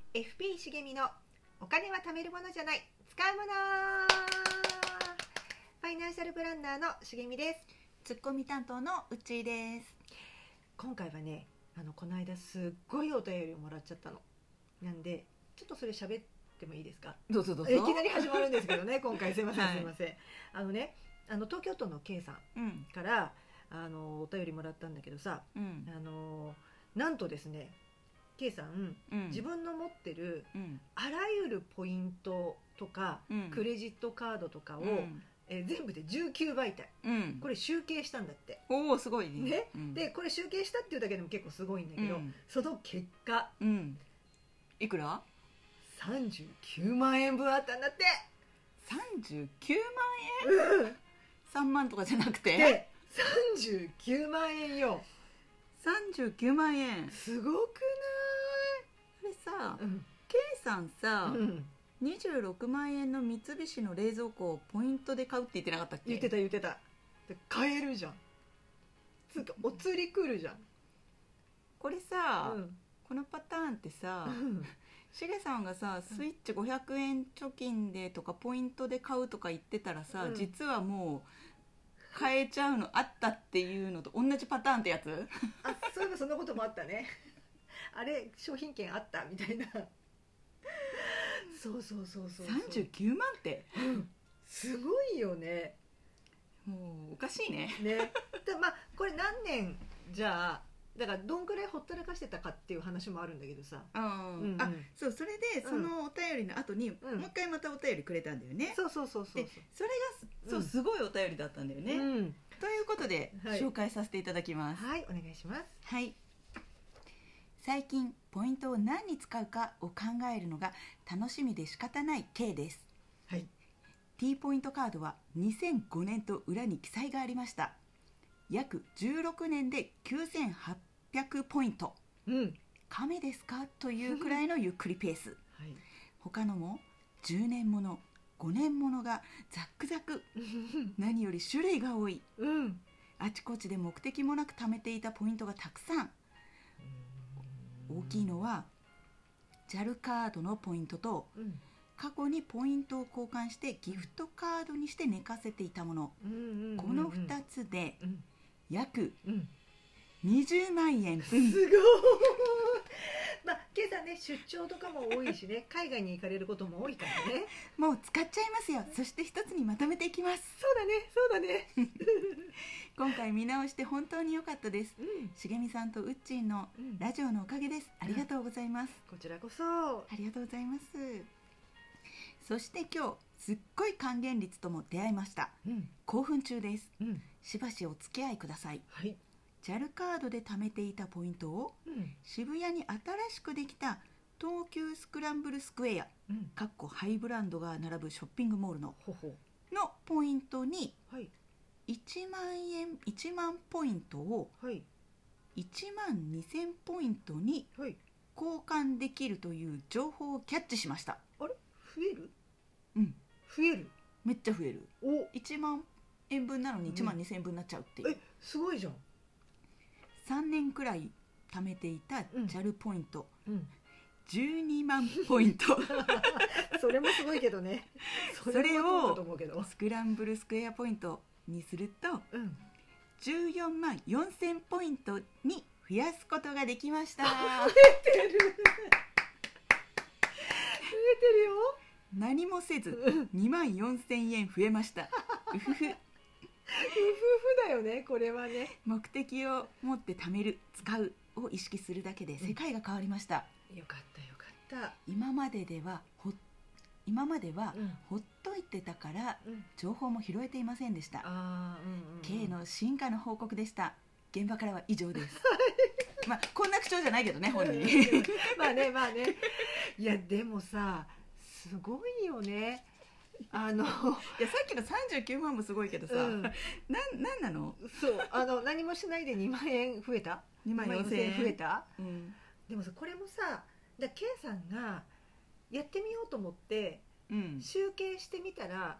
FP 茂みのお金は貯めるものじゃない使うもの。ファイナンシャルプランナーの茂みです。 ツッコミ担当のうっちーです。 今回はね、この間すっごいお便りをもらっちゃったのなんで、ちょっとそれ喋ってもいいですか？ どうぞどうぞ。 いきなり始まるんですけどね今回すいません、 はい、 すいません。東京都の K さんから、お便りもらったんだけどさ、なんとですね、K さん、自分の持ってるあらゆるポイントとか、クレジットカードとかを、全部で19媒体、これ集計したんだって。 おお、すごいね。 でこれ集計したっていうだけでも結構すごいんだけど、その結果、 いくら ？39万円分あったんだって。 39万円、3万とかじゃなくてで39万円よ。 39万円すごくない？ これさ、K さんさ、26万円の三菱の冷蔵庫をポイントで買うって言ってなかったっけ？ 言ってた言ってた。で買えるじゃん。つうかお釣り来るじゃん。 これさ、このパターンってさ、しげさんがさ、スイッチ500円貯金でとかポイントで買うとか言ってたらさ、実はもう買えちゃうのあったっていうのと同じパターンってやつ？ あ、そういえばそんなこともあったね。あれ商品券あったみたいな。そう 39万って、 すごいよね。 もうおかしいね。 でまあこれ何年じゃあだからどんくらいほったらかしてたかっていう話もあるんだけどさ。 そう、それでそのお便りの後に、もう一回またお便りくれたんだよね。 そうでそれがすごいお便りだったんだよね。ということで、紹介させていただきます。 はい、お願いします。 はい。最近ポイントを何に使うかを考えるのが楽しみで仕方ない K です。 はい。 T ポイントカードは2005年と裏に記載がありました。約16年で9800ポイント、亀ですかというくらいのゆっくりペース。他のも10年もの5年ものがザックザク何より種類が多い、あちこちで目的もなく貯めていたポイントがたくさん。大きいのは JAL カードのポイントと、過去にポイントを交換してギフトカードにして寝かせていたもの、この2つで約20万円分。 すごい。まあ今朝ね、出張とかも多いしね、海外に行かれることも多いからね。 もう使っちゃいますよ。そして一つにまとめていきます。 そうだね今回見直して本当に良かったです。茂みさんとうっちーのラジオのおかげです。ありがとうございます。 こちらこそありがとうございます。そして今日すっごい還元率とも出会いました。興奮中です。しばしお付き合いください。JAL カードで貯めていたポイントを、渋谷に新しくできた東急スクランブルスクエア、ハイブランドが並ぶショッピングモールのポイントに、1万ポイントを1万2000ポイントに交換できるという情報をキャッチしました。 あれ、増える？増える？ めっちゃ増える。1万円分なのに1万2000円分になっちゃうっていう。 すごいじゃん。 3年くらい貯めていた JAL ポイント、12万ポイントそれもすごいけどね。 それをスクランブルスクエアポイントにすると、14万4000ポイントに増やすことができました。増えてるよ。 何もせず2万4000円増えました。うふふだよね、これはね。 目的を持って貯める、使うを意識するだけで世界が変わりました。 よかった今まではほっといてたから情報も拾えていませんでした。K の進化の報告でした。現場からは以上です。まあこんな口調じゃないけどね、本人まあねいやでもさ、すごいよね。 いやさっきの39万もすごいけどさ、なんなの？ そう何もしないで2万円増えた。 2万4000円増えた。でもさ、これもさ、K さんがやってみようと思って、集計してみたら、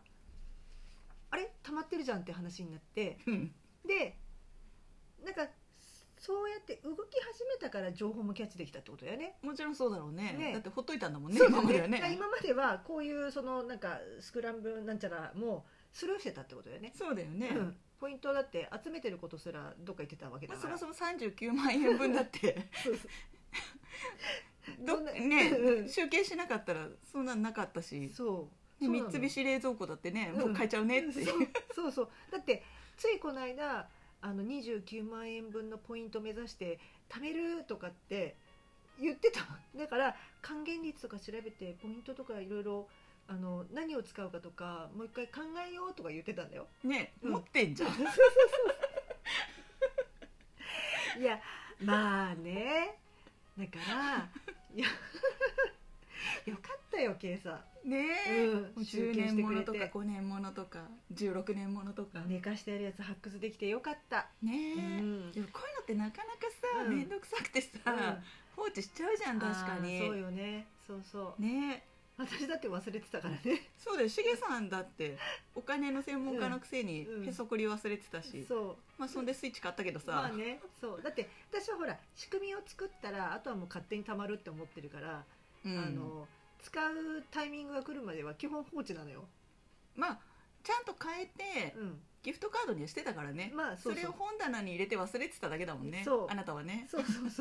あれ溜まってるじゃんって話になって、でなんかそうやって動き始めたから情報もキャッチできたってことだよね。 もちろんそうだろうね。だってほっといたんだもんね。 そう今まではね。 今まではこういうそのなんかスクランブルなんちゃらもスルーしてたってことだよね。 そうだよね。 ポイントだって集めてることすらどっか行ってたわけだから。 そもそも39万円分だって集計しなかったらそんなんなかったし。三菱冷蔵庫だってね、もう買えちゃうねっていう。 そうだってついこの間29万円分のポイント目指して貯めるとかって言ってた。だから還元率とか調べてポイントとかいろいろ何を使うかとかもう一回考えようとか言ってたんだよね。持ってんじゃん。 いやまあね、だからいやよかったよ計算ねえ、10年ものとか5年ものとか16年ものとか寝かしてやるやつ発掘できてよかったねえ。でもこういうのってなかなかさ面倒くさくてさ放置しちゃうじゃん。確かにそうよね。そうね。 私だって忘れてたからね。 そうだよ、しげさんだってお金の専門家のくせにへそくり忘れてたし、まあそんでスイッチ買ったけどさ。 まあね、そうだって私はほら仕組みを作ったらあとはもう勝手にたまるって思ってるから、使うタイミングが来るまでは基本放置なのよ。 まあちゃんと変えて、ギフトカードにはしてたからね。まあそれを本棚に入れて忘れてただけだもんね。あなたはね。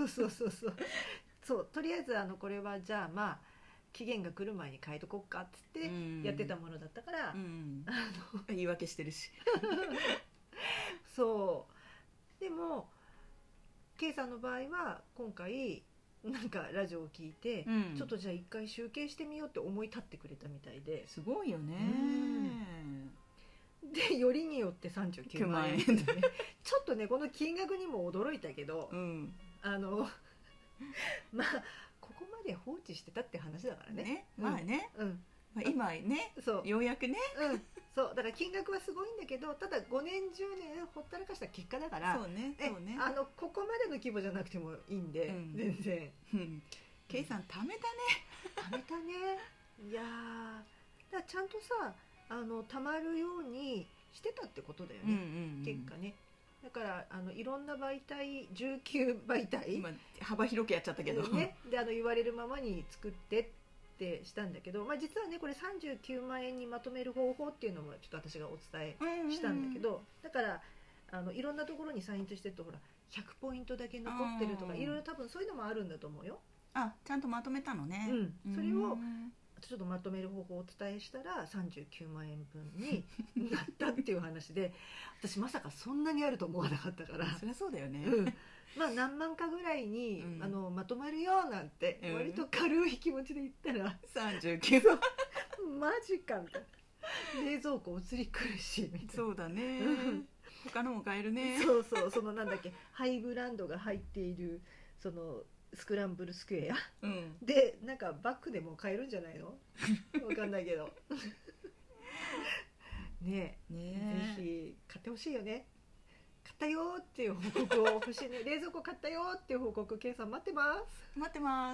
そうとりあえずこれはじゃあまあ期限が来る前に変えとこっかっつってやってたものだったから、 言い訳してるしそうでも K さんの場合は今回なんかラジオを聞いて、ちょっとじゃあ一回集計してみようって思い立ってくれたみたいで、 すごいよね。 でよりによって39万円、ね、ちょっとねこの金額にも驚いたけど、まあここまで放置してたって話だからね。 まあね、今ね、ようやくね、 そうだから金額はすごいんだけど、ただ5年10年ほったらかした結果だから、ここまでの規模じゃなくてもいいんで、全然。 ケイさん貯めたね。いやだちゃんとさ貯まるようにしてたってことだよね、結果ね。だからいろんな媒体19媒体今幅広くやっちゃったけど、 ね、で言われるままに作ってってしたんだけど、実はねこれ39万円にまとめる方法っていうのもちょっと私がお伝えしたんだけど、だからいろんなところにサインとしてるとほら100ポイントだけ残ってるとかいろいろ多分そういうのもあるんだと思うよ。 ちゃんとまとめたのね。 それをちょっとまとめる方法をお伝えしたら39万円分になったっていう話で私まさかそんなにあると思わなかったからそりゃそうだよね、 まあ何万かぐらいに、まとまるよなんて割と軽い気持ちで言ったら、 39 マジかみたいな。冷蔵庫移り来るしみたいな。 そうだね、他のも買えるね。 そのなんだっけハイブランドが入っているそのスクランブルスクエア、でなんかバッグでも買えるんじゃないのわかんないけどねえぜひ買ってほしいよね。買ったよっていう報告を欲しいね。冷蔵庫買ったよっていう報告、ケイさん待ってます。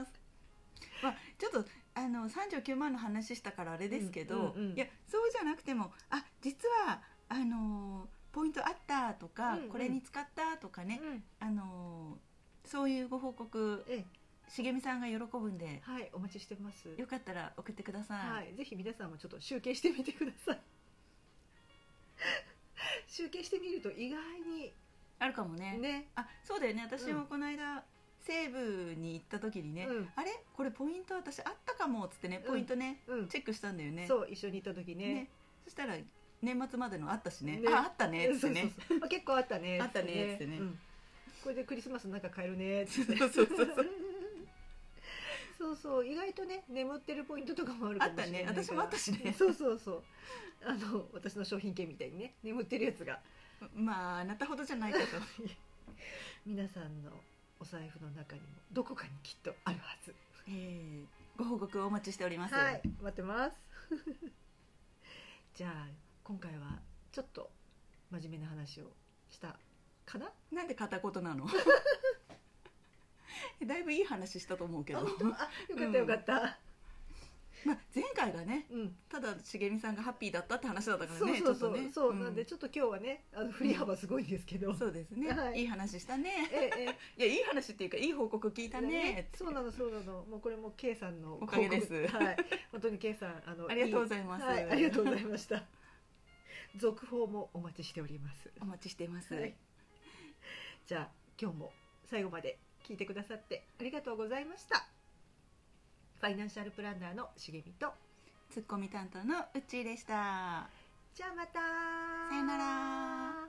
ちょっと39万の話したからあれですけど、いやそうじゃなくても実はポイントあったとか、これに使ったとかね、そういうご報告、茂美さんが喜ぶんで、 お待ちしてます。 よかったら送ってください。 ぜひ皆さんもちょっと集計してみてください集計してみると意外にあるかもね。そうだよね。私もこの間、西部に行った時にね、あれこれポイント私あったかもっつってね、ポイントね、チェックしたんだよね。 そう一緒に行った時ね。 そしたら年末までのあったしね、あったねっつってね、 結構あったねあったねっつってね、 これでクリスマスなんか買えるねっつってそう意外とね眠ってるポイントとかもあるかもしれないから。 私もあったしね。 私の商品券みたいにね眠ってるやつがあなたほどじゃないけど皆さんのお財布の中にもどこかにきっとあるはず。 ご報告お待ちしております。 待ってますじゃあ今回はちょっと真面目な話をしたかな。 なんで片言なのだいぶいい話したと思うけど。 よかったよかった、 前回がね、ただ茂美さんがハッピーだったって話だったからね。 そうなんでちょっと今日はね振り幅すごいんですけど、 そうですね、いい話したね。いやいい話っていうかいい報告聞いたね。 そうなのもうこれも K さんのおかげです。 本当に K さんありがとうございます。 ありがとうございました。続報もお待ちしております。 お待ちしてます。 じゃあ今日も最後まで聞いてくださってありがとうございました。ファイナンシャルプランナーの茂美とツッコミ担当のうっちーでした。 じゃあまた。 さよなら。